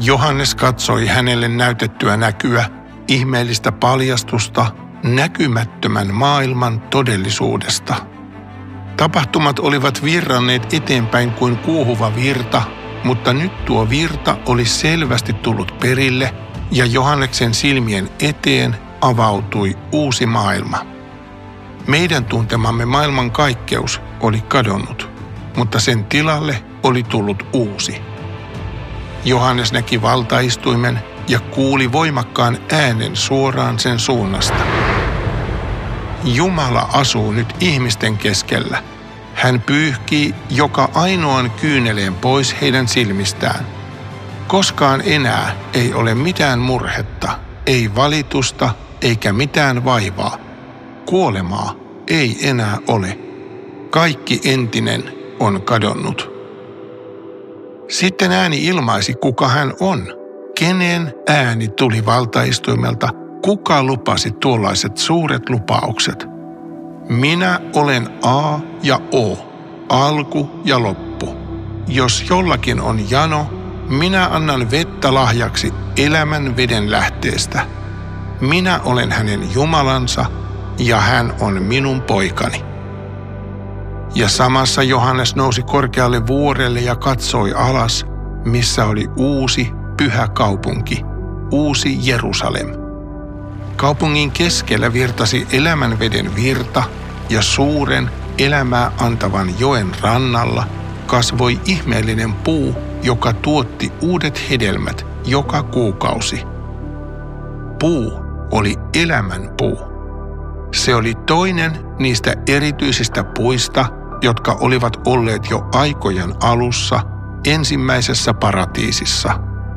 Johannes katsoi hänelle näytettyä näkyä, ihmeellistä paljastusta, näkymättömän maailman todellisuudesta. Tapahtumat olivat virranneet eteenpäin kuin kuohuva virta, mutta nyt tuo virta oli selvästi tullut perille ja Johanneksen silmien eteen avautui uusi maailma. Meidän tuntemamme maailmankaikkeus oli kadonnut, mutta sen tilalle oli tullut uusi. Johannes näki valtaistuimen ja kuuli voimakkaan äänen suoraan sen suunnasta. Jumala asuu nyt ihmisten keskellä. Hän pyyhkii joka ainoan kyyneleen pois heidän silmistään. Koskaan enää ei ole mitään murhetta, ei valitusta eikä mitään vaivaa. Kuolemaa ei enää ole. Kaikki entinen on kadonnut. Sitten ääni ilmaisi, kuka hän on. Kenen ääni tuli valtaistuimelta? Kuka lupasi tuollaiset suuret lupaukset? Minä olen A ja O, alku ja loppu. Jos jollakin on jano, minä annan vettä lahjaksi elämän veden lähteestä. Minä olen hänen Jumalansa ja hän on minun poikani. Ja samassa Johannes nousi korkealle vuorelle ja katsoi alas, missä oli uusi pyhä kaupunki, uusi Jerusalem. Kaupungin keskellä virtasi elämänveden virta ja suuren elämää antavan joen rannalla kasvoi ihmeellinen puu, joka tuotti uudet hedelmät joka kuukausi. Puu oli elämän puu. Se oli toinen niistä erityisistä puista, jotka olivat olleet jo aikojen alussa ensimmäisessä paratiisissa.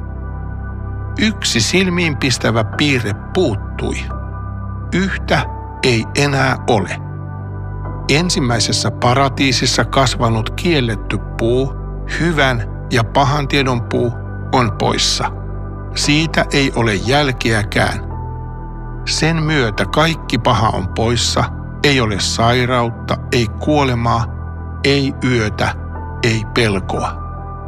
Yksi silmiinpistävä piirre puuttui. Yhtä ei enää ole. Ensimmäisessä paratiisissa kasvanut kielletty puu, hyvän ja pahan tiedon puu, on poissa. Siitä ei ole jälkeäkään. Sen myötä kaikki paha on poissa, ei ole sairautta, ei kuolemaa, ei yötä, ei pelkoa.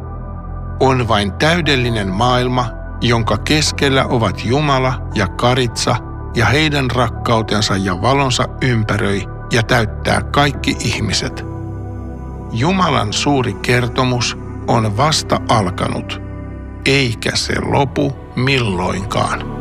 On vain täydellinen maailma, jonka keskellä ovat Jumala ja Karitsa, ja heidän rakkautensa ja valonsa ympäröi ja täyttää kaikki ihmiset. Jumalan suuri kertomus on vasta alkanut, eikä se lopu milloinkaan.